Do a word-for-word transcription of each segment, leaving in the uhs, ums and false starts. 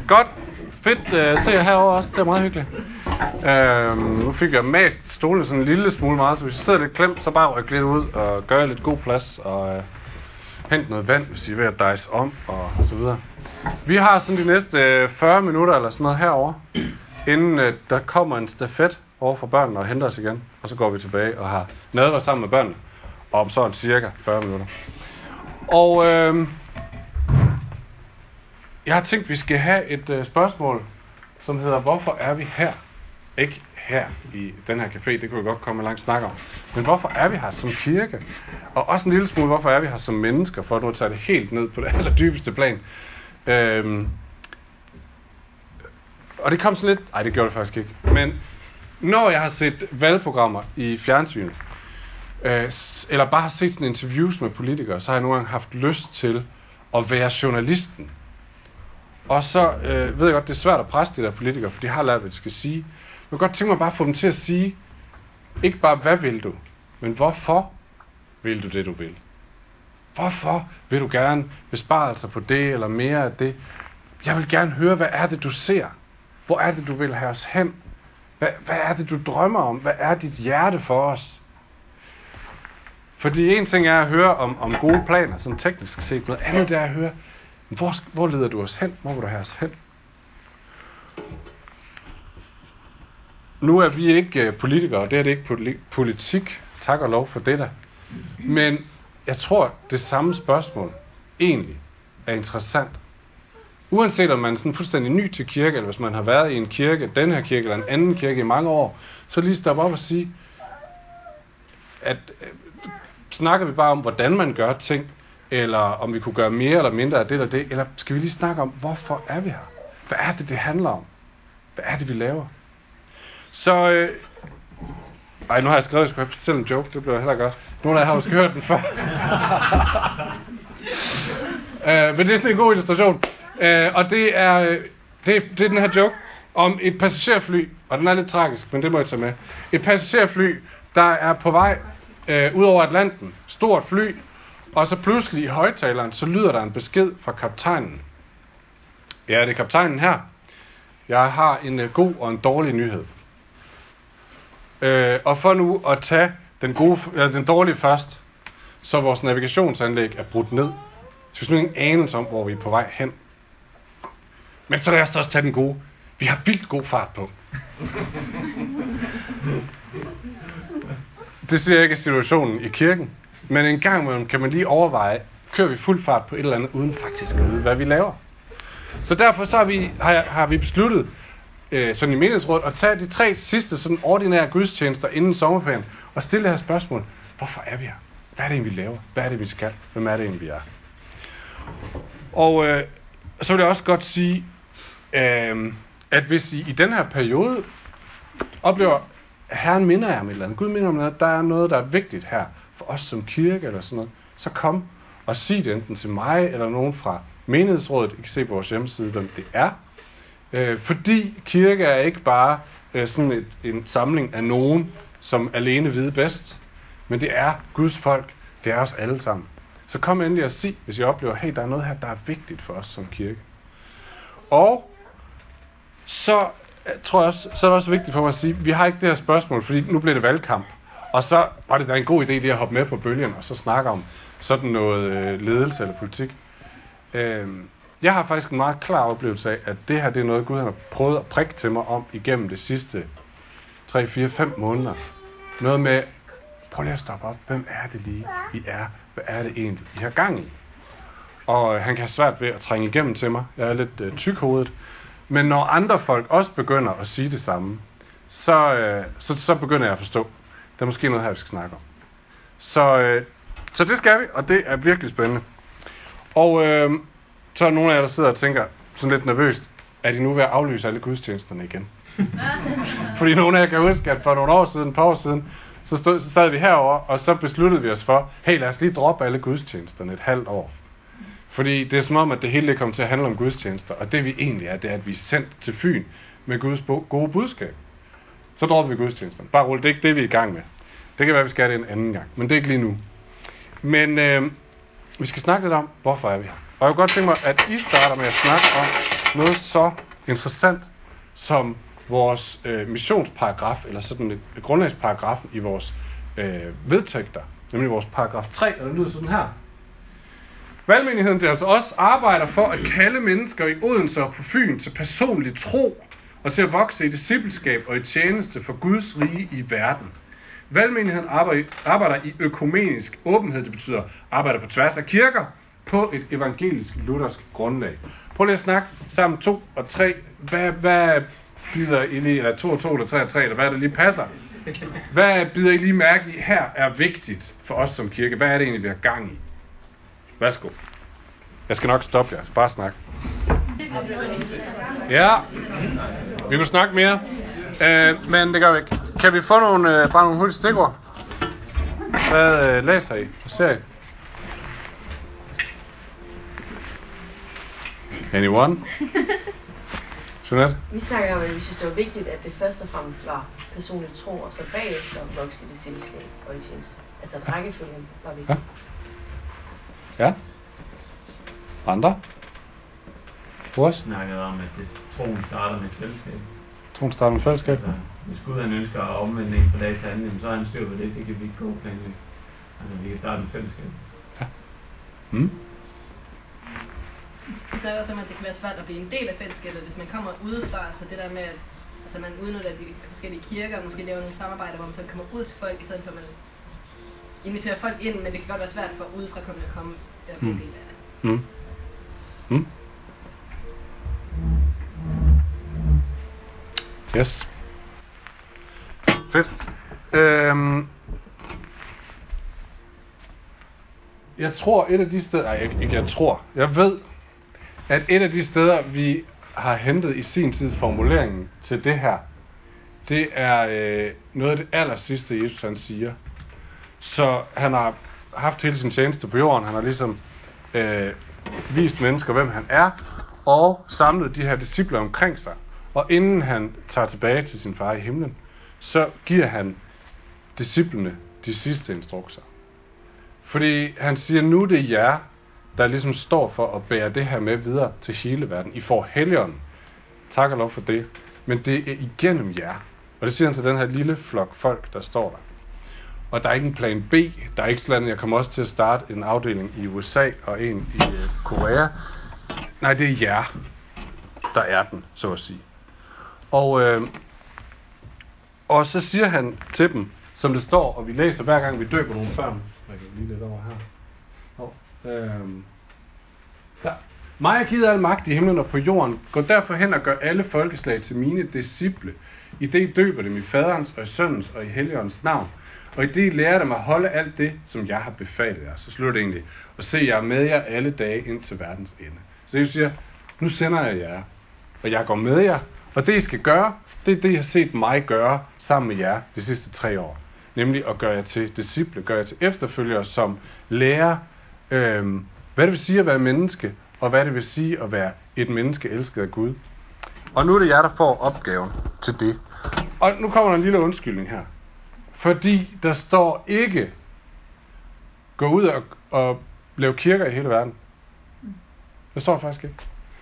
Godt. Fedt uh, se jer herovre også. Det er meget hyggeligt. Uh, nu fik jeg mast stolen sådan en lille smule meget, så hvis I sidder lidt klemt, så bare ryk lidt ud og gør lidt god plads og uh, hent noget vand, hvis I er ved at dejse om og så videre. Vi har sådan de næste fyrre minutter eller sådan noget herovre, inden uh, der kommer en stafet over for børnene og henter os igen, og så går vi tilbage og har nadver sammen med børnene om sådan cirka fyrre minutter. Og øh, jeg har tænkt, at vi skal have et øh, spørgsmål, som hedder, hvorfor er vi her? Ikke her i den her café, det kunne vi godt komme en lang snak om. Men hvorfor er vi her som kirke? Og også en lille smule, hvorfor er vi her som mennesker? For at nu tage det helt ned på det allerdybeste plan. Øhm, og det kom sådan lidt... Ej, det gjorde det faktisk ikke. Men når jeg har set valgprogrammer i fjernsynet, øh, eller bare har set sådan interviews med politikere, så har jeg nogle gange haft lyst til at være journalisten. Og så øh, ved jeg godt, det er svært at presse de der politikere, for de har lært, hvad de skal sige. Jeg kan godt tænke mig bare at få dem til at sige, ikke bare, hvad vil du, men hvorfor vil du det, du vil? Hvorfor vil du gerne besparelser på det, eller mere af det? Jeg vil gerne høre, hvad er det, du ser? Hvor er det, du vil have os hen? Hvad, hvad er det, du drømmer om? Hvad er dit hjerte for os? Fordi en ting er at høre om, om gode planer, sådan teknisk set. Noget andet er at høre, hvor, hvor leder du os hen? Hvor vil du have os hen? Nu er vi ikke politikere, og det er det ikke politik. Tak og lov for det der. Men jeg tror, det samme spørgsmål egentlig er interessant. Uanset om man er sådan fuldstændig ny til kirke, eller hvis man har været i en kirke, den her kirke eller en anden kirke i mange år, så lige stoppe op og sige, at øh, snakker vi bare om, hvordan man gør ting, eller om vi kunne gøre mere eller mindre af det eller det, eller skal vi lige snakke om, hvorfor er vi her? Hvad er det, det handler om? Hvad er det, vi laver? Så, øh, ej, nu har jeg skrevet, at jeg skulle fortælle en joke, det bliver heller godt. Nogle af jer har måske hørt den før. øh, men det er sådan en god illustration. Øh, og det er, det, er, det er den her joke om et passagerfly, og den er lidt tragisk, men det må jeg tage med. Et passagerfly, der er på vej øh, ud over Atlanten, stort fly, og så pludselig i højtaleren, så lyder der en besked fra kaptajnen. Ja, det er kaptajnen her. Jeg har en øh, god og en dårlig nyhed. Øh, og for nu at tage den, gode, øh, den dårlige først, så vores navigationsanlæg er brudt ned. Så vi har ingen anelse om, hvor vi er på vej hen. Men så lad os også tage den gode. Vi har vildt god fart på. Det siger jeg ikke situationen i kirken. Men en gang imellem kan man lige overveje, kører vi fuld fart på et eller andet, uden faktisk at vide, hvad vi laver. Så derfor så har vi, har, har vi besluttet, øh, sådan i menighedsrådet, at tage de tre sidste sådan ordinære gudstjenester inden sommerferien, og stille det her spørgsmål. Hvorfor er vi her? Hvad er det egentlig, vi laver? Hvad er det, vi skal? Hvem er det egentlig, vi er? Og øh, så vil jeg også godt sige, øh, at hvis I i den her periode oplever, at Herren minder jer om et eller andet, Gud minder om noget, der er noget, der er vigtigt her for os som kirke eller sådan noget, så kom og sig det enten til mig eller nogen fra menighedsrådet. I kan se på vores hjemmeside, hvem det er. Øh, fordi kirke er ikke bare øh, sådan et, en samling af nogen, som alene ved bedst, men det er Guds folk, det er os alle sammen. Så kom endelig og sig, hvis I oplever, hey, der er noget her, der er vigtigt for os som kirke. Og så tror jeg også, så er det også vigtigt for mig at sige, vi har ikke det her spørgsmål, fordi nu bliver det valgkamp. Og så var det da en god idé, det at hoppe med på bølgen, og så snakke om sådan noget øh, ledelse eller politik. Øh, jeg har faktisk en meget klar oplevelse af, at det her det er noget, Gud har prøvet at prikke til mig om igennem de sidste tre, fire, fem måneder. Noget med, prøv lige at stoppe op. Hvem er det lige, I er? Hvad er det egentlig, I har gang i? Og øh, han kan have svært ved at trænge igennem til mig. Jeg er lidt øh, tykhovedet. Men når andre folk også begynder at sige det samme, så, øh, så, så begynder jeg at forstå. Der er måske noget her, vi skal snakke om. Så, øh, så det skal vi, og det er virkelig spændende. Og øh, så er nogle af jer, der sidder og tænker sådan lidt nervøst, er de nu ved at aflyse alle gudstjenesterne igen? Fordi nogle af jer kan huske, at for nogle år siden, et par år siden, så, stod, så sad vi herover og så besluttede vi os for, hey, lad os lige droppe alle gudstjenesterne et halvt år. Fordi det er som om, at det hele kommer til at handle om gudstjenester, og det vi egentlig er, det er, at vi er sendt til Fyn med Guds gode budskab. Så dropper vi gudstjenesterne. Bare roligt, det er ikke det, vi er i gang med. Det kan være, vi skal det en anden gang, men det er ikke lige nu. Men øh, vi skal snakke lidt om, hvorfor er vi her. Og jeg kunne godt tænke mig, at I starter med at snakke om, noget så interessant som vores øh, missionsparagraf, eller sådan et, et grundlagsparagrafen i vores øh, vedtægter, nemlig vores paragraf tre, og den lyder sådan her. Valgmenigheden der altså også arbejder for at kalde mennesker i Odense og på Fyn til personlig tro, og til at vokse i discipleskab og i tjeneste for Guds rige i verden. Valgmenigheden arbejder i økumenisk åbenhed, det betyder arbejder på tværs af kirker, på et evangelisk luthersk grundlag. Prøv lige at snakke sammen to og tre. Hvad, hvad bider I lige, eller to og to, eller tre og tre, eller hvad der lige passer? Hvad bider I lige mærke i her er vigtigt for os som kirke? Hvad er det egentlig, vi har gang i? Værsgo. Jeg skal nok stoppe jer, så bare snak. Ja, vi kunne snakke mere, øh, men det gør vi ikke. Kan vi få nogle, øh, bare nogle hurtige stikord? Hvad øh, læser I? Hvad ser I? Anyone? Sådan Vi snakker om, at vi synes, det var vigtigt, at det først og fremmest var personlig tro, og så bagefter vokse i det discipleskab og i tjeneste. Altså at rækkefølgen var vigtigt. Ja. Ja. Andre? Vi snakkede om, at det, troen starter med et fællesskab. Troen starter med fællesskab? Altså, hvis Gud han ønsker at omvende en fra dag til anden, så er han styr på det. Det kan vi ikke gå planlægge. Altså, vi kan starte med fællesskab. Ja. Mm. Det er også, at det kan være svært at blive en del af fællesskabet, hvis man kommer udefra. Så det der med, at altså, man udnytter de forskellige kirker, og måske laver nogle samarbejder, hvor man så kommer ud til folk, i stedet for at man inviterer folk ind, men det kan godt være svært for udefra kommende at komme og blive en del af det. Mm. Mm. Yes. Fedt. Øhm. Jeg tror, et af de steder... Nej, ikke, ikke jeg tror. Jeg ved, at et af de steder, vi har hentet i sin tid formuleringen til det her, det er øh, noget af det aller sidste, Jesus han siger. Så han har haft hele sin tjeneste på jorden. Han har ligesom øh, vist mennesker, hvem han er, og samlet de her discipler omkring sig. Og inden han tager tilbage til sin far i himlen, så giver han disciplene de sidste instrukser. Fordi han siger, nu det er jer, der ligesom står for at bære det her med videre til hele verden. I får Helligånden. Tak og lov for det. Men det er igennem jer. Og det siger han til den her lille flok folk, der står der. Og der er ikke en plan B. Der er ikke sådan, jeg kommer også til at starte en afdeling i U S A og en i øh, Korea. Nej, det er jer, der er den, så at sige. Og, øh, og så siger han til dem, som det står, og vi læser hver gang vi døber nogle børn. Jeg kan lige lidt over her. Oh, øh, ja. Mig er givet al magt i himlen og på jorden. Gå derfor hen og gør alle folkeslag til mine disciple. I det I døber dem i faderens og i søndens og i Helligåndens navn. Og i det I lærer dem at holde alt det, som jeg har befalet jer. Så slutter det egentlig. Og se, jeg er med jer alle dage ind til verdens ende. Så Jesus siger, nu sender jeg jer, og jeg går med jer. Og det I skal gøre, det er det I har set mig gøre sammen med jer de sidste tre år. Nemlig at gøre jer til disciple, gøre jer til efterfølgere, som lærer, øh, hvad det vil sige at være menneske, og hvad det vil sige at være et menneske elsket af Gud. Og nu er det jer, der får opgaven til det. Og nu kommer der en lille undskyldning her. Fordi der står ikke, gå ud og, og lave kirker i hele verden. Det står der faktisk ikke.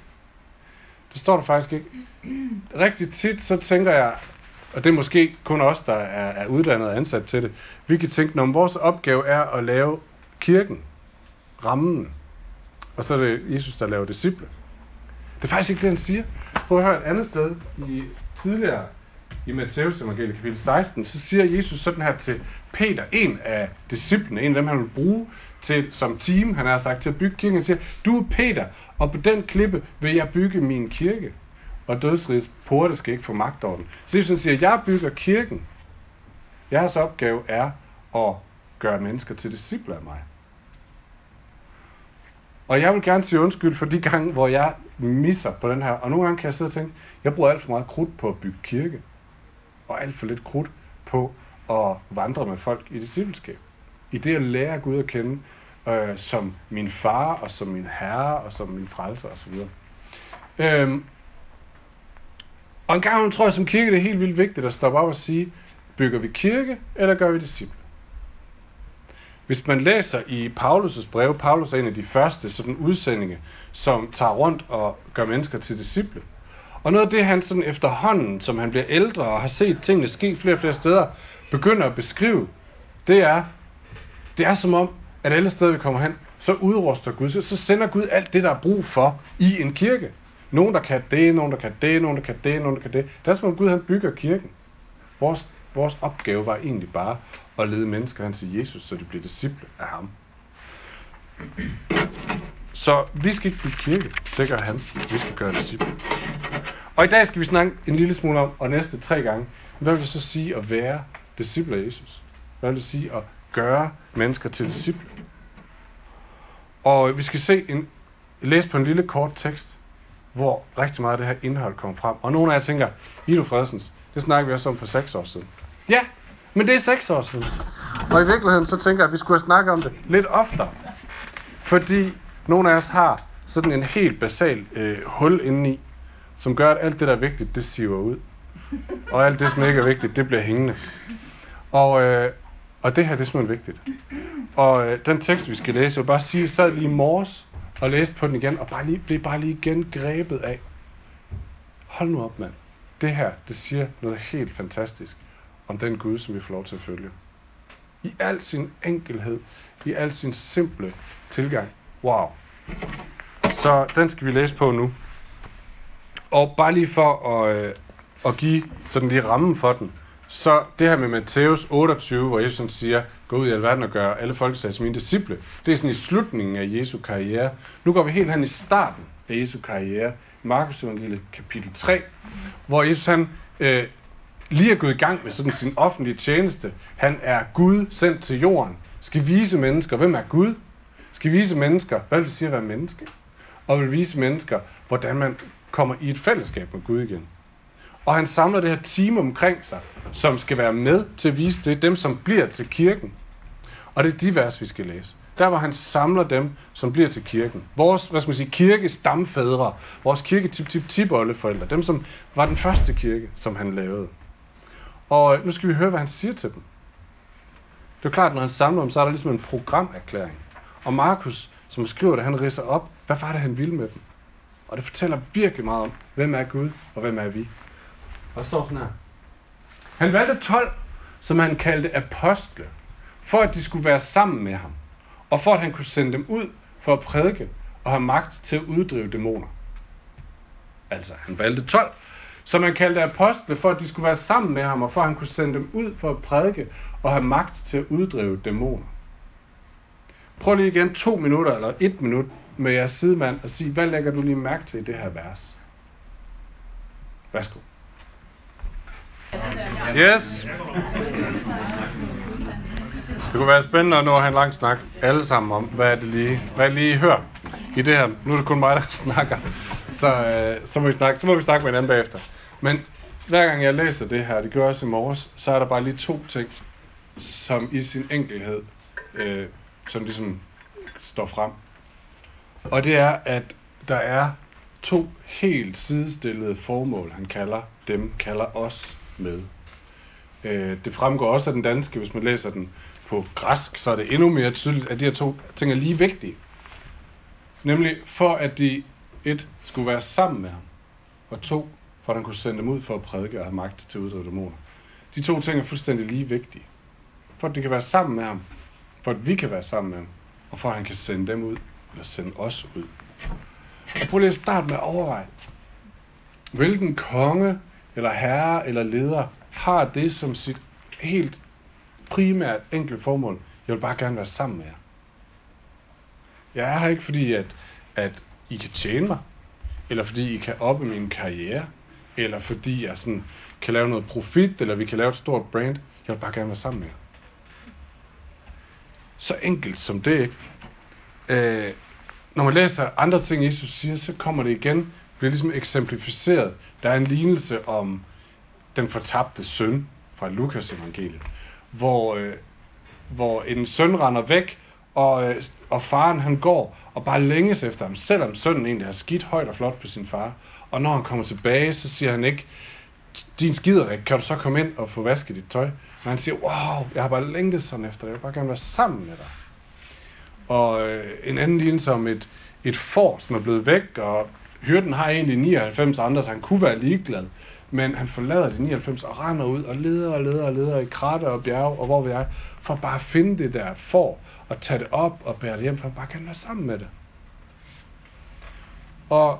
Det står der faktisk ikke. Rigtig tit, så tænker jeg, og det er måske kun os, der er, er uddannet og ansat til det, vi kan tænke, når vores opgave er at lave kirken, rammen, og så er det Jesus, der laver disciple. Det er faktisk ikke det, han siger. Prøv at høre et andet sted, i tidligere i Matthæus evangeliet kapitel seksten, så siger Jesus sådan her til Peter, en af disciplene, en af dem, han vil bruge til, som team, han har sagt, til at bygge kirken. Han siger, du er Peter, og på den klippe vil jeg bygge min kirke, og dødsrigets porte skal ikke få magt over den. Så Jesus siger, jeg bygger kirken. Jeres opgave er at gøre mennesker til discipler af mig. Og jeg vil gerne sige undskyld for de gange, hvor jeg misser på den her. Og nogle gange kan jeg sidde og tænke, jeg bruger alt for meget krudt på at bygge kirke. Og alt for lidt krudt på at vandre med folk i discipleskab. I det at lære Gud at kende øh, som min far, og som min herre, og som min frelser osv. Øhm, og en gang tror jeg som kirke, det er helt vildt vigtigt at stoppe op og sige, bygger vi kirke, eller gør vi disciple? Hvis man læser i Paulus' breve, Paulus er en af de første sådan udsendinge, som tager rundt og gør mennesker til disciple. Og noget af det, han sådan efterhånden, som han bliver ældre og har set tingene ske flere og flere steder, begynder at beskrive, det er, det er som om, at alle steder vi kommer hen, så udruster Gud, så sender Gud alt det, der er brug for i en kirke. Nogen, der kan det, nogen, der kan det, nogen, der kan det, nogen, der kan det. Det er som om Gud, han bygger kirken. Vores, vores opgave var egentlig bare at lede mennesker hen til Jesus, så de bliver disciple af ham. Så vi skal ikke bygge kirke, det gør han. Vi skal gøre disciple. Og i dag skal vi snakke en lille smule om, og næste tre gange, hvad vil det så sige at være disciple af Jesus? Hvad vil det sige at gøre mennesker til disciple? Og vi skal se en, læse på en lille kort tekst, hvor rigtig meget af det her indhold kommer frem. Og nogle af jer tænker, Ido Fredsens, det snakker vi også om for seks år siden. Ja, men det er seks år siden. Og i virkeligheden så tænker jeg, at vi skulle have snakket om det lidt oftere. Fordi nogle af os har sådan en helt basal øh, hul indeni, som gør, at alt det, der er vigtigt, det siver ud. Og alt det, som ikke er vigtigt, det bliver hængende. Og, øh, og det her, det er simpelthen vigtigt. Og øh, den tekst, vi skal læse, jeg vil bare sige, at jeg sad lige i morges og læste på den igen, og bare lige, blev bare lige igen grebet af. Hold nu op, mand. Det her, det siger noget helt fantastisk om den Gud, som vi får lov til at følge. I al sin enkelhed, i al sin simple tilgang. Wow. Så den skal vi læse på nu. Og bare lige for at, øh, at give sådan lige rammen for den, så det her med Matthæus otteogtyve, hvor Jesus siger, gå ud i alverden og gør alle folkeslag til mine disciple, det er sådan i slutningen af Jesu karriere. Nu går vi helt hen i starten af Jesu karriere, i Markus evangeliet kapitel tre, hvor Jesus han øh, lige er gået i gang med sådan sin offentlige tjeneste. Han er Gud sendt til jorden, skal vise mennesker, hvem er Gud, skal vise mennesker, hvad vil det sige at være menneske, og vil vise mennesker, hvordan man kommer i et fællesskab med Gud igen. Og han samler det her team omkring sig, som skal være med til at vise det, dem som bliver til kirken. Og det er de vers, vi skal læse. Der hvor han samler dem, som bliver til kirken. Vores, hvad skal man sige, kirkestamfædre, vores kirke-tip-tip-tip-oldeforældre, dem som var den første kirke, som han lavede. Og nu skal vi høre, hvad han siger til dem. Det er klart, når han samler dem, så er der ligesom en programerklæring. Og Markus, som skriver det, han ridser op, hvad var det, han ville med dem. Og det fortæller virkelig meget om, hvem er Gud, og hvem er vi. Og der står sådan her. Han valgte tolv, som han kaldte apostle, for at de skulle være sammen med ham, og for at han kunne sende dem ud for at prædike og have magt til at uddrive dæmoner. Altså, han valgte tolv, som han kaldte apostle, for at de skulle være sammen med ham, og for at han kunne sende dem ud for at prædike og have magt til at uddrive dæmoner. Prøv lige igen to minutter eller et minut med jeres sidemand og sige, hvad lægger du lige mærke til i det her vers? Værsgo. Yes. Det kunne være spændende at nå at have en lang snak alle sammen om, hvad er det lige, hvad er det lige I hører i det her. Nu er det kun mig, der snakker, så, øh, så, må vi snakke, så må vi snakke med hinanden bagefter. Men hver gang jeg læser det her, det gør jeg også i morges, så er der bare lige to ting, som i sin enkelhed, øh, som ligesom står frem. Og det er, at der er to helt sidestillede formål, han kalder dem, kalder os med. Øh, det fremgår også af den danske, hvis man læser den på græsk, så er det endnu mere tydeligt, at de her to ting er lige vigtige. Nemlig for, at de et skulle være sammen med ham, og to, for at han kunne sende dem ud for at prædike og have magt til at uddrive dæmoner. De to ting er fuldstændig lige vigtige. For at de kan være sammen med ham, for at vi kan være sammen med ham, og for at han kan sende dem ud, eller sende os ud. Og prøv lige at starte med at overveje, hvilken konge, eller herre, eller leder, har det som sit helt primært enkelt formål. Jeg vil bare gerne være sammen med jer. Jeg er her ikke fordi, at, at I kan tjene mig, eller fordi I kan oppe min karriere, eller fordi jeg sådan kan lave noget profit, eller vi kan lave et stort brand. Jeg vil bare gerne være sammen med jer. Så enkelt som det, ikke? Øh, når man læser andre ting, Jesus siger, så kommer det igen, bliver ligesom eksemplificeret. Der er en lignelse om den fortabte søn fra Lukas evangeliet, hvor, øh, hvor en søn render væk, og, øh, og faren han går og bare længes efter ham, selvom sønnen egentlig har skidt højt og flot på sin far. Og når han kommer tilbage, så siger han ikke, din skiderik, kan du så komme ind og få vasket dit tøj? Og han siger, wow, jeg har bare længtes sådan efter det, jeg vil bare gerne være sammen med dig. Og øh, en anden lignende som et, et får, som er blevet væk, og hyrden har egentlig nioghalvfems andre, så han kunne være ligeglad. Men han forlader de nioghalvfems og render ud og leder og leder og leder i krater og bjerge, og hvor vi er, for bare at finde det der får, og tage det op og bære det hjem, for han bare kan være sammen med det. Og,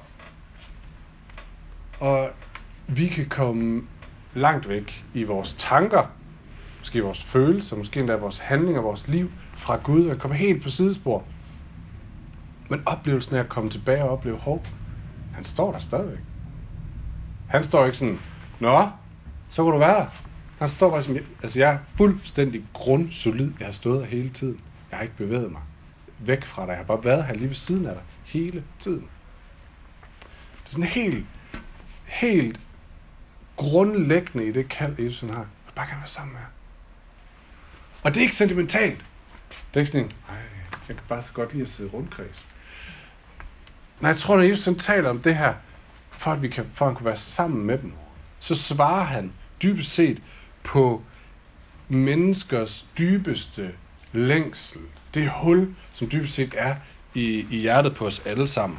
og vi kan komme langt væk i vores tanker, måske vores følelser, måske endda vores handlinger, vores liv fra Gud, og komme helt på sidespor. Men oplevelsen af at komme tilbage og opleve håb, han står der stadigvæk. Han står ikke sådan, nå, så kan du være der. Han står bare som, altså jeg er fuldstændig grundsolid. Jeg har stået der hele tiden. Jeg har ikke bevæget mig væk fra dig. Jeg har bare været her lige ved siden af dig hele tiden. Det er sådan helt, helt grundlæggende i det kald, Jesus har. Jeg bare kan være sammen med jer. Og det er ikke sentimentalt. Det er ikke sådan, nej, jeg kan bare så godt lide at sidde i rundkreds. Nej, jeg tror, når Jesus han taler om det her, for at vi kan, for at han kunne være sammen med dem, så svarer han dybest set på menneskers dybeste længsel. Det hul, som dybest set er i, i hjertet på os alle sammen.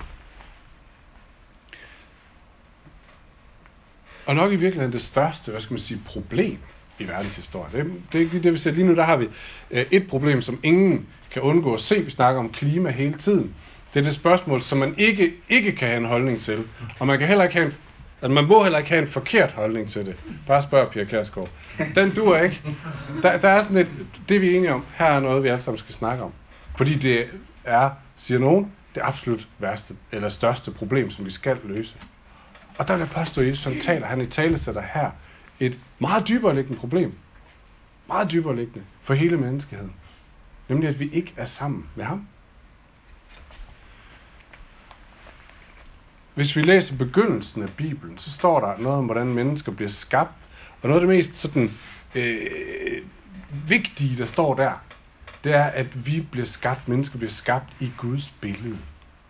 Og nok i virkeligheden det største, hvad skal man sige, problem i verdenshistorien. Det, det er ikke det, vi ser lige nu. Der har vi øh, et problem, som ingen kan undgå at se. Vi snakker om klima hele tiden. Det er det spørgsmål, som man ikke, ikke kan have en holdning til. Og man kan heller ikke have en, altså man må heller ikke have en forkert holdning til det. Bare spørg Pia Kjærsgaard. Den duer ikke. Der, der er sådan et, det vi er enige om, her er noget, vi alle sammen skal snakke om. Fordi det er, siger nogen, det absolut værste, eller største problem, som vi skal løse. Og der vil jeg påstå, at Jesus han taler, han i tale sætter her et meget dybere liggende problem. Meget dybere liggende for hele menneskeheden. Nemlig, at vi ikke er sammen med ham. Hvis vi læser begyndelsen af Bibelen, så står der noget om, hvordan mennesker bliver skabt. Og noget af det mest sådan, øh, vigtige, der står der, det er, at vi bliver skabt, mennesker bliver skabt i Guds billede.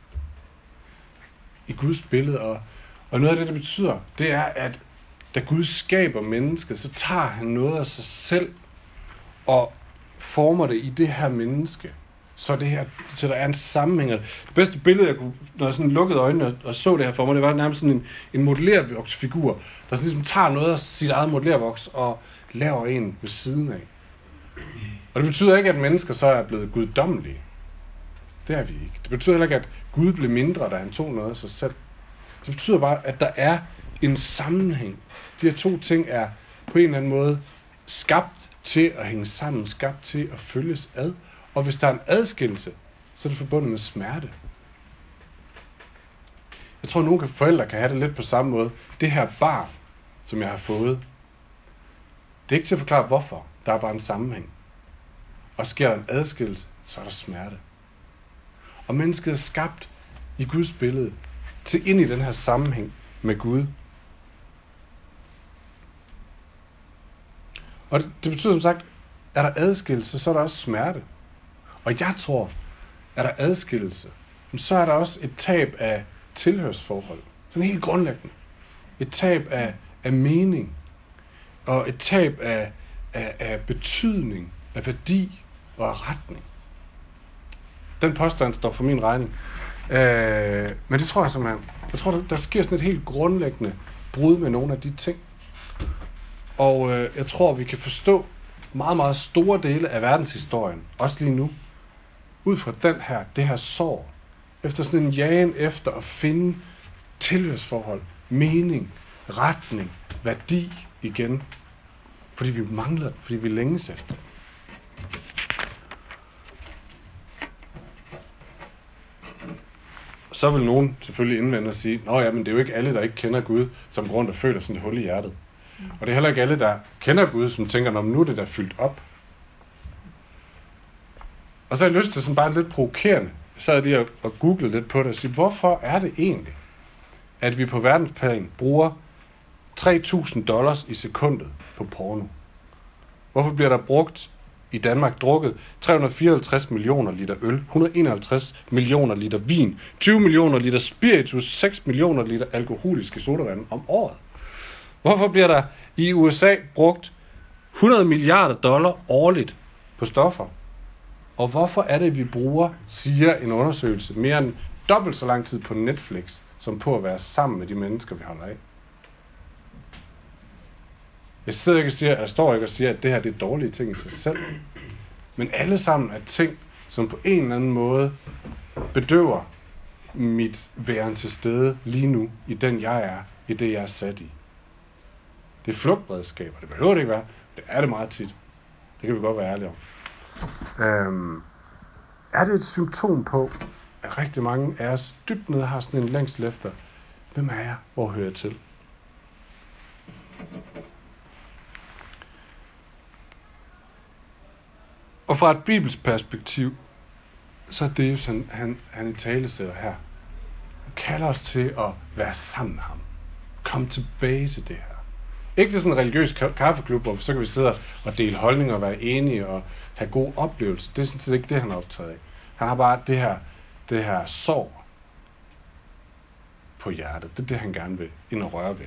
I Guds billede. Og, og noget af det, det betyder, det er, at da Gud skaber mennesket, så tager han noget af sig selv og former det i det her menneske. Så, det her, så der er en sammenhæng. Det bedste billede, jeg kunne, når jeg sådan lukkede øjnene og, og så det her for mig, det var nærmest sådan en, en modellervoksfigur, der sådan ligesom tager noget af sit eget modellervoks og laver en ved siden af. Og det betyder ikke, at mennesker så er blevet guddommelige. Det er vi ikke. Det betyder heller ikke, at Gud blev mindre, da han tog noget af sig selv. Det betyder bare, at der er en sammenhæng. De her to ting er på en eller anden måde skabt til at hænge sammen, skabt til at følges ad. Og hvis der er en adskillelse, så er det forbundet med smerte. Jeg tror, at nogle forældre kan have det lidt på samme måde. Det her barn, som jeg har fået, det er ikke til at forklare hvorfor. Der er bare en sammenhæng. Og sker der en adskillelse, så er der smerte. Og mennesket er skabt i Guds billede til ind i den her sammenhæng med Gud. Og det, det betyder som sagt, er der adskillelse, så er der også smerte. Og jeg tror, er der adskillelse, så er der også et tab af tilhørsforhold. Sådan helt grundlæggende. Et tab af, af mening. Og et tab af, af, af betydning, af værdi og af retning. Den påstand står for min regning. Øh, men det tror jeg simpelthen. Jeg tror, der, der sker sådan et helt grundlæggende brud med nogle af de ting. Og øh, jeg tror, vi kan forstå meget, meget store dele af verdenshistorien, også lige nu, ud fra den her, det her sorg, efter sådan en jagen efter at finde tilhørsforhold, mening, retning, værdi igen, fordi vi mangler, fordi vi længes efter. Så vil nogen selvfølgelig indvende og sige, nå ja, men det er jo ikke alle, der ikke kender Gud, som grund, der føler sådan et hul i hjertet. Og det er heller ikke alle, der kender Gud, som tænker, nå, nu er det der fyldt op. Og så har jeg lyst til sådan bare lidt provokerende, så er det at google lidt på det og sige, hvorfor er det egentlig, at vi på verdensplan bruger tre tusind dollars i sekundet på porno? Hvorfor bliver der brugt i Danmark drukket tre hundrede og fireoghalvtreds millioner liter øl, et hundrede og enoghalvtreds millioner liter vin, tyve millioner liter spiritus, seks millioner liter alkoholiske sodavand om året? Hvorfor bliver der i U S A brugt hundrede milliarder dollar årligt på stoffer? Og hvorfor er det, vi bruger, siger en undersøgelse, mere end dobbelt så lang tid på Netflix, som på at være sammen med de mennesker, vi holder af? Jeg sidder ikke og siger, jeg står ikke og siger, at det her det er dårlige ting i sig selv. Men alle sammen er ting, som på en eller anden måde bedøver mit væren til stede lige nu, i den jeg er, i det jeg er sat i. Det er flugtredskaber, det behøver det ikke være, det er det meget tit. Det kan vi godt være ærlige om. Øhm, er det et symptom på, at rigtig mange af os dybt nede har sådan en længsel efter, hvem er jeg, hvor hører jeg til? Og fra et bibelsk perspektiv, så er det jo sådan, han, han i talesætter her. Han kalder os til at være sammen med ham. Kom tilbage til det her. Ikke til sådan en religiøs kaffeklub, hvor så kan vi sidde og dele holdninger og være enige og have gode oplevelser. Det er sådan set ikke det, han er optaget af. Han har bare det her, det her sorg på hjertet. Det er det, han gerne vil ind og røre ved.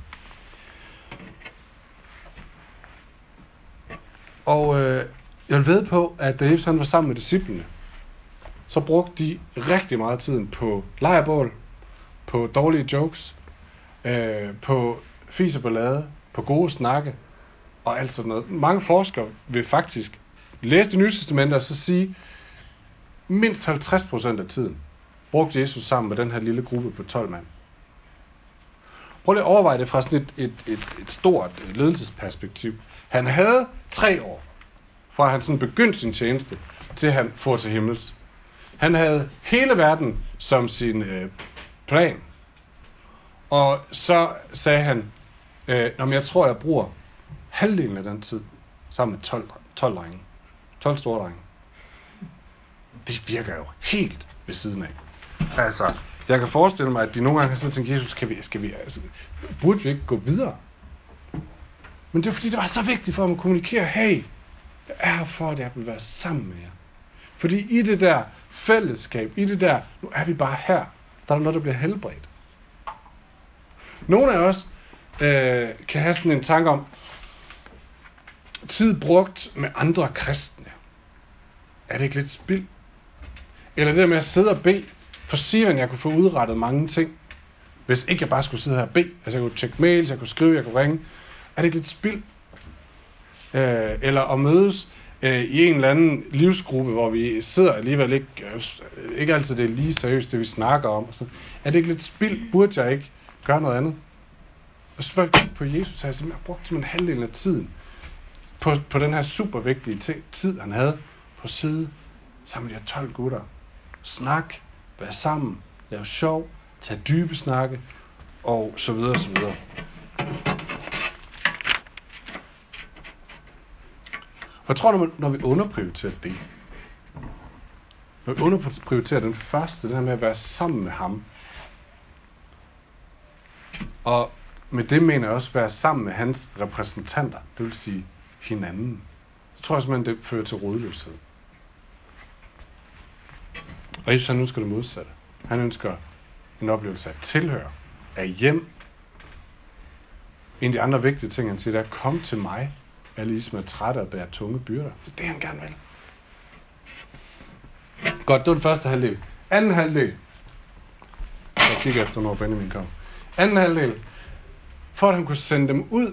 Og øh, jeg vil ved på, at da Jesus han var sammen med disciplene, så brugte de rigtig meget tiden på lejrbål, på dårlige jokes, øh, på fis og ballade, på gode snakke og alt sådan noget. Mange forskere vil faktisk læse Det Nye Testamente og så sige, mindst halvtreds procent af tiden brugte Jesus sammen med den her lille gruppe på tolv mand. Prøv lige at overveje det fra sådan et, et, et, et stort ledelsesperspektiv. Han havde tre år, fra han sådan begyndte sin tjeneste, til han får til himmels. Han havde hele verden som sin øh, plan. Og så sagde han, øh, når jeg tror, jeg bruger halvdelen af den tid sammen med tolv, tolv drenge. tolv store drenge. Det virker jo helt ved siden af. Altså, jeg kan forestille mig, at de nogle gange har siddet og tænkt, Jesus, skal vi, skal vi, altså, burde vi ikke gå videre? Men det er fordi, det var så vigtigt for ham at kommunikere, hey, jeg er her for, at jeg vil være sammen med jer. Fordi i det der fællesskab, i det der, nu er vi bare her, der er noget, der bliver helbredt. Nogle af os øh, kan have sådan en tanke om, tid brugt med andre kristne. Er det ikke lidt spild? Eller det der med at sidde og bede, for Sivan, at jeg kunne få udrettet mange ting, hvis ikke jeg bare skulle sidde her og bede. Altså jeg kunne tjekke mails, jeg kunne skrive, jeg kunne ringe. Er det ikke lidt spild? Øh, eller at mødes øh, i en eller anden livsgruppe, hvor vi sidder alligevel ikke, øh, ikke altid det er lige seriøst, det vi snakker om. Så er det ikke lidt spild? Burde jeg ikke gøre noget andet? Og så spørger jeg på Jesus, så jeg simpelthen brugt simpelthen halvdelen af tiden på, på den her super vigtige tid, han havde på side sammen med de her tolv gutter. Snak, være sammen, lave sjov, tage dybe snakke, og så videre, og så videre. Og jeg tror, når, man, når vi underprioriterer det, når vi underprioriterer den første, det her med at være sammen med ham, og med det mener jeg også at være sammen med hans repræsentanter, det vil sige hinanden, så tror jeg simpelthen, det fører til rodløshed. Og Jesus han ønsker det modsatte. Han ønsker en oplevelse af tilhør, af hjem. En af de andre vigtige ting, han siger, der er, kom til mig, alle I som er trætte og bærer tunge byrder. Det er det, han gerne vil. Godt, det var den første halvdel. Anden halvdel. Jeg kigger efter, når Benjamin kom. Anden halvdel. For at han kunne sende dem ud.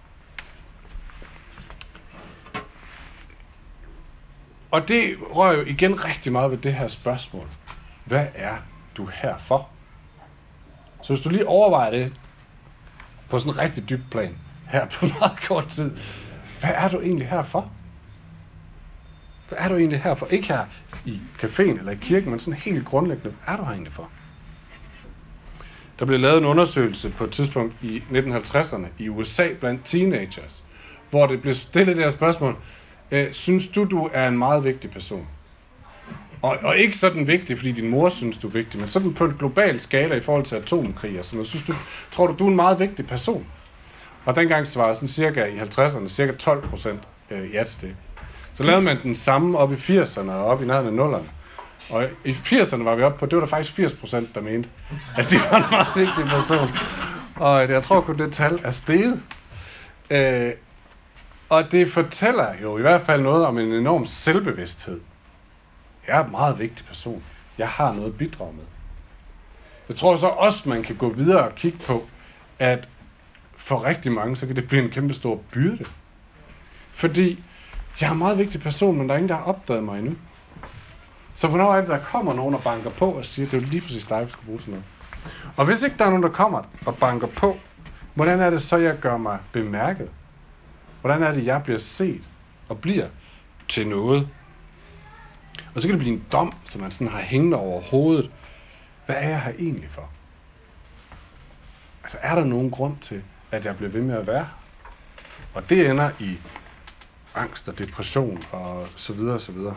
Og det rører jo igen rigtig meget ved det her spørgsmål. Hvad er du her for? Så hvis du lige overvejer det på sådan en rigtig dyb plan, her på meget kort tid, hvad er du egentlig her for? Hvad er du egentlig her for? Ikke her i caféen eller i kirken, men sådan helt grundlæggende, hvad er du her egentlig for? Der blev lavet en undersøgelse på et tidspunkt i nitten halvtredserne i U S A blandt teenagers, hvor det blev stillet det her spørgsmål, øh, synes du, du er en meget vigtig person? Og, og ikke sådan vigtig, fordi din mor synes, du er vigtig, men sådan på en global skala i forhold til atomkrig og sådan noget. Synes du, tror du, du er en meget vigtig person? Og dengang svarede sådan cirka i halvtredserne, cirka tolv procent øh, ja til det. Så lavede man den samme op i firserne og op i nærheden af nullerne. Og i firserne var vi oppe på, det var der faktisk firs procent, der mente, at det var en meget vigtig person. Og jeg tror kun, det tal er steget. Øh, og det fortæller jo i hvert fald noget om en enorm selvbevidsthed. Jeg er en meget vigtig person. Jeg har noget at bidrage med. Jeg tror så også, man kan gå videre og kigge på, at for rigtig mange, så kan det blive en kæmpe stor byrde. Fordi jeg er en meget vigtig person, men der er ingen, der har opdaget mig endnu. Så hvornår er det, der kommer nogen og banker på og siger, at det er lige præcis dig, vi skal bruge sådan noget. Og hvis ikke der er nogen, der kommer og banker på, hvordan er det så, jeg gør mig bemærket? Hvordan er det, jeg bliver set og bliver til noget? Og så kan det blive en dom, som man sådan har hængende over hovedet. Hvad er jeg her egentlig for? Altså, er der nogen grund til, at jeg bliver ved med at være her? Og det ender i angst og depression og så videre og så videre.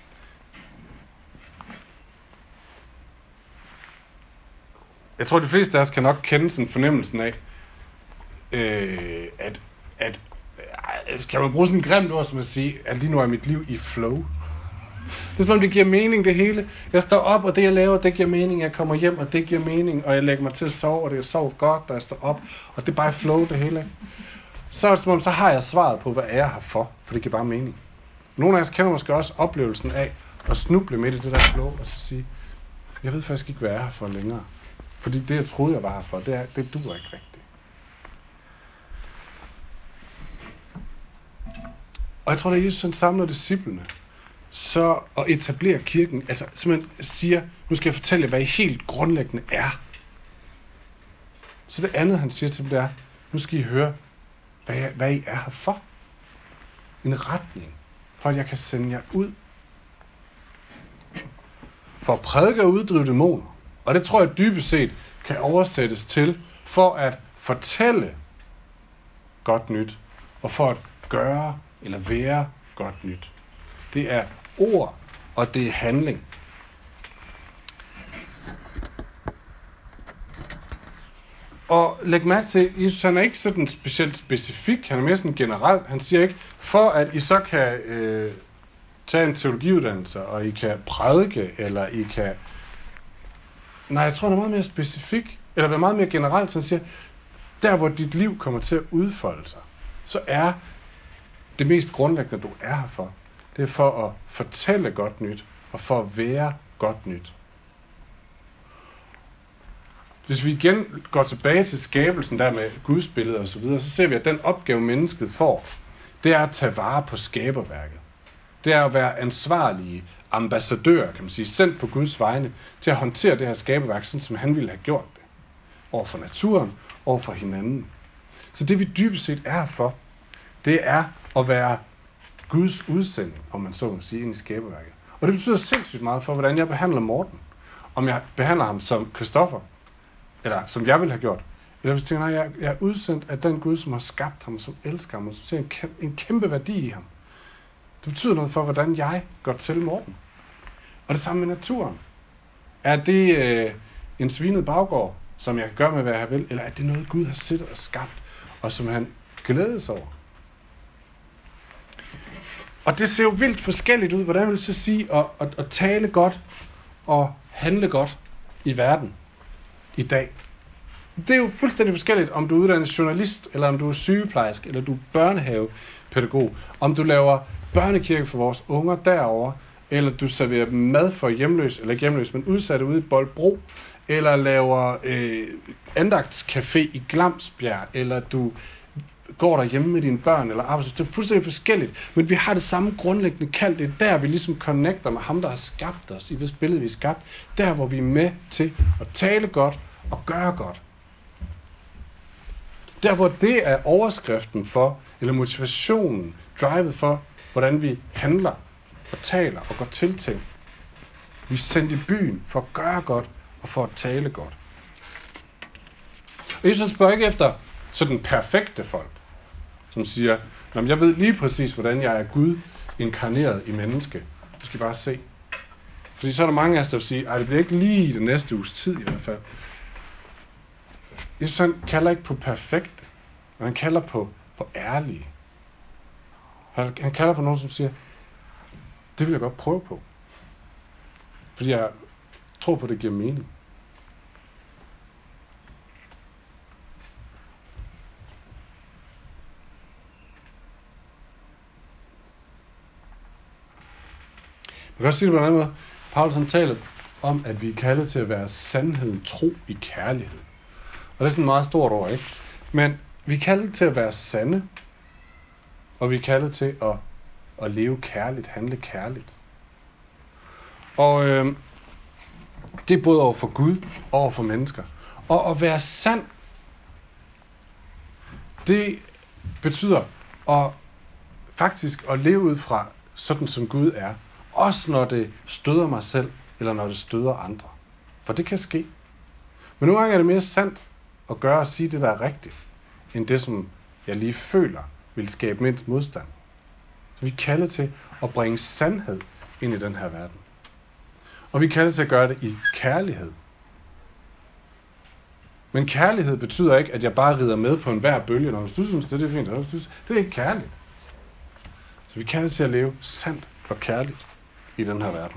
Jeg tror, de fleste af os kan nok kende sådan fornemmelsen af, øh, at, at kan man bruge sådan en grimt ord som at sige, at lige nu er mit liv i flow. Det er som om det giver mening det hele. Jeg står op, og det jeg laver, det giver mening. Jeg kommer hjem, og det giver mening. Og jeg lægger mig til at sove, og det er sovet godt, da jeg står op. Og det er bare i flow det hele. Så er det som om, så har jeg svaret på, hvad er jeg her for. For det giver bare mening. Nogle af os kender måske også oplevelsen af at snuble midt i det der flow, og så sige, jeg ved faktisk ikke, hvad jeg er her for længere. Fordi det, jeg troede, jeg var her for, det, er, det duer ikke rigtigt. Og jeg tror, at Jesus han samler disciplene, så at etablere kirken, altså simpelthen siger, nu skal jeg fortælle jer, hvad I helt grundlæggende er. Så det andet, han siger til dem, det er, nu skal I høre, hvad, jeg, hvad I er her for. En retning, for at jeg kan sende jer ud. For at prædike og uddrive dæmoner. Og det tror jeg dybest set kan oversættes til, for at fortælle godt nyt, og for at gøre eller være godt nyt. Det er ord, og det er handling. Og læg mærke til, Jesus han er ikke sådan specielt specifik, han er mere sådan generelt. Han siger ikke, for at I så kan øh, tage en teologiuddannelse, og I kan prædike, eller I kan... Nej, jeg tror, han er meget mere specifik, eller være meget mere generelt, så han siger, der hvor dit liv kommer til at udfolde sig, så er det mest grundlæggende, du er her for, det er for at fortælle godt nyt, og for at være godt nyt. Hvis vi igen går tilbage til skabelsen der med Guds billede og så videre, så ser vi, at den opgave, mennesket får, det er at tage vare på skaberværket. Det er at være ansvarlige ambassadører, kan man sige, sendt på Guds vegne, til at håndtere det her skaberværk, sådan som han ville have gjort det. Over for naturen, over for hinanden. Så det vi dybest set er for, det er at være Guds udsending, om man så må sige, ind i skaberværket. Og det betyder sindssygt meget for, hvordan jeg behandler Morten. Om jeg behandler ham som Christoffer, eller som jeg ville have gjort. Eller hvis jeg tænker, nej, jeg, jeg er udsendt af den Gud, som har skabt ham, som elsker ham, og som ser en kæmpe, en kæmpe værdi i ham. Det betyder noget for, hvordan jeg går til Morten. Og det samme med naturen. Er det øh, en svinet baggård, som jeg kan gøre med, hvad jeg vil, eller er det noget, Gud har siddet og skabt, og som han glædes over? Og det ser jo vildt forskelligt ud, hvordan vil det så sige at, at, at tale godt og handle godt i verden i dag. Det er jo fuldstændig forskelligt, om du er uddannet journalist, eller om du er sygeplejerske, eller du er børnehavepædagog, om du laver børnekirke for vores unger derovre, eller du serverer mad for hjemløs, eller ikke hjemløs, men udsatte ude i Bolbro, eller laver øh, andagtscafé i Glamsbjerg, eller du går derhjemme med dine børn, eller arbejder. Det er fuldstændig forskelligt, men vi har det samme grundlæggende kald. Det er der, vi ligesom connecter med ham, der har skabt os, i hvis billede vi er skabt. Der, hvor vi er med til at tale godt og gøre godt. Der, hvor det er overskriften for, eller motivationen, drivet for, hvordan vi handler og taler og går til ting. Vi er sendt i byen for at gøre godt og for at tale godt. Og Jesus spørger ikke efter sådan perfekte folk, som siger, jeg ved lige præcis, hvordan jeg er Gud inkarneret i menneske. Du skal bare se. Fordi så er der mange af os, der vil sige, det bliver ikke lige i den næste uges tid i hvert fald. Jesus han kalder ikke på perfekte, men han kalder på, på ærlige. Han, han kalder på nogen, som siger, det vil jeg godt prøve på. Fordi jeg tror på, at det giver mening. kan også sige det på en anden måde. Paulus han taler om, at vi er kaldet til at være sandheden tro i kærlighed. Og det er sådan et meget stort ord, ikke? Men vi er kaldet til at være sande, og vi er kaldet til at, at leve kærligt, handle kærligt. Og øh, det er både over for Gud og over for mennesker. Og at være sand, det betyder at faktisk at leve ud fra sådan som Gud er. Også når det støder mig selv, eller når det støder andre. For det kan ske. Men nogle gange er det mere sandt at gøre og sige det, der er rigtigt, end det, som jeg lige føler vil skabe mindst modstand. Så vi er kaldet til at bringe sandhed ind i den her verden. Og vi er kaldet til at gøre det i kærlighed. Men kærlighed betyder ikke, at jeg bare rider med på enhver bølge. Når du synes, det er fint, så synes, det er ikke kærligt. Så vi er kaldet til at leve sandt og kærligt i den her verden.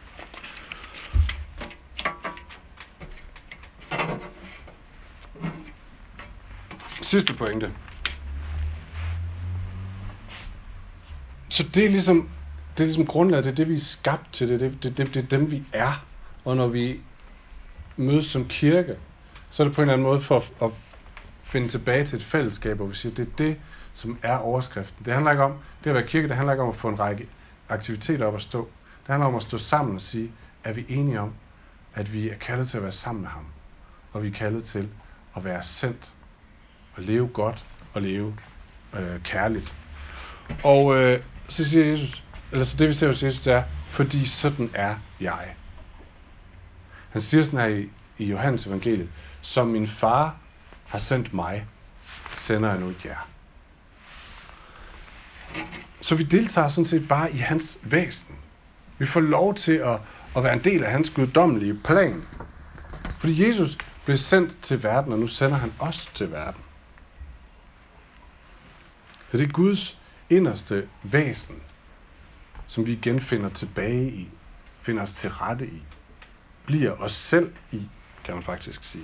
Sidste pointe. Så det er ligesom, det er ligesom grundlaget, det er det, vi er skabt til, det er, det, det, det, det er dem, vi er. Og når vi mødes som kirke, så er det på en eller anden måde for at, at finde tilbage til et fællesskab, hvor vi siger, det er det, som er overskriften. Det handler ikke om, det at være kirke, det handler ikke om at få en række aktiviteter op at stå. Det handler om at stå sammen og sige, er vi enige om, at vi er kaldet til at være sammen med ham. Og vi er kaldet til at være sendt, og leve godt, og leve øh, kærligt. Og øh, så siger Jesus, eller så det vi ser hos Jesus, det er, fordi sådan er jeg. Han siger sådan her i, i Johannes evangeliet, som min far har sendt mig, sender jeg nu jer. Så vi deltager sådan set bare i hans væsen. Vi får lov til at, at være en del af hans guddommelige plan. Fordi Jesus blev sendt til verden, og nu sender han os til verden. Så det er Guds inderste væsen, som vi igen finder tilbage i, finder os til rette i, bliver os selv i, kan man faktisk sige.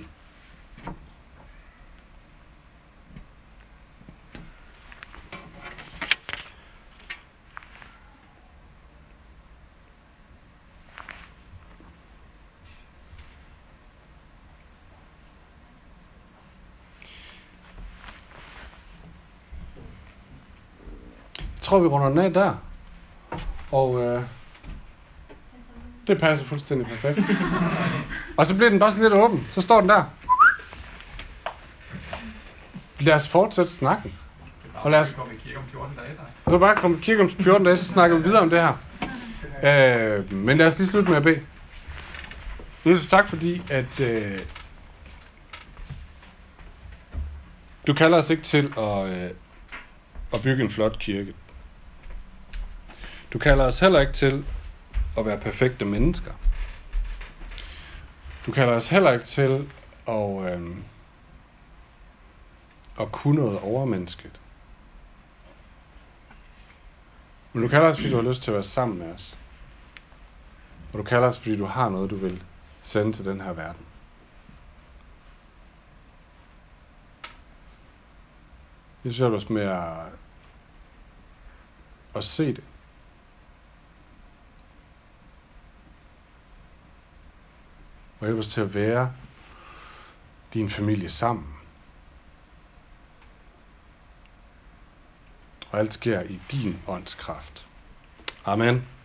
Jeg tror, vi runder den af der. Og øh, det passer fuldstændig perfekt. Og så bliver den bare sådan lidt åben. Så står den der. Lad os fortsætte snakken. Og lad os komme i kirke om fjorten dage, så. Så er bare komme i kirke om fjorten dage, så snakker vi videre om det her. Øh, men lad os lige slutte med at bede. Jesus, tak fordi, at øh, du kalder os ikke til at, øh, at bygge en flot kirke. Du kalder os heller ikke til at være perfekte mennesker. Du kalder os heller ikke til at, øh, at kunne noget overmenneskeligt. Men du kalder os, fordi du har lyst til at være sammen med os. Og du kalder os, fordi du har noget, du vil sende til den her verden. Jeg synes, os med at, at se det. Og hjælp os til at være din familie sammen. Og alt sker i din åndskraft. Amen.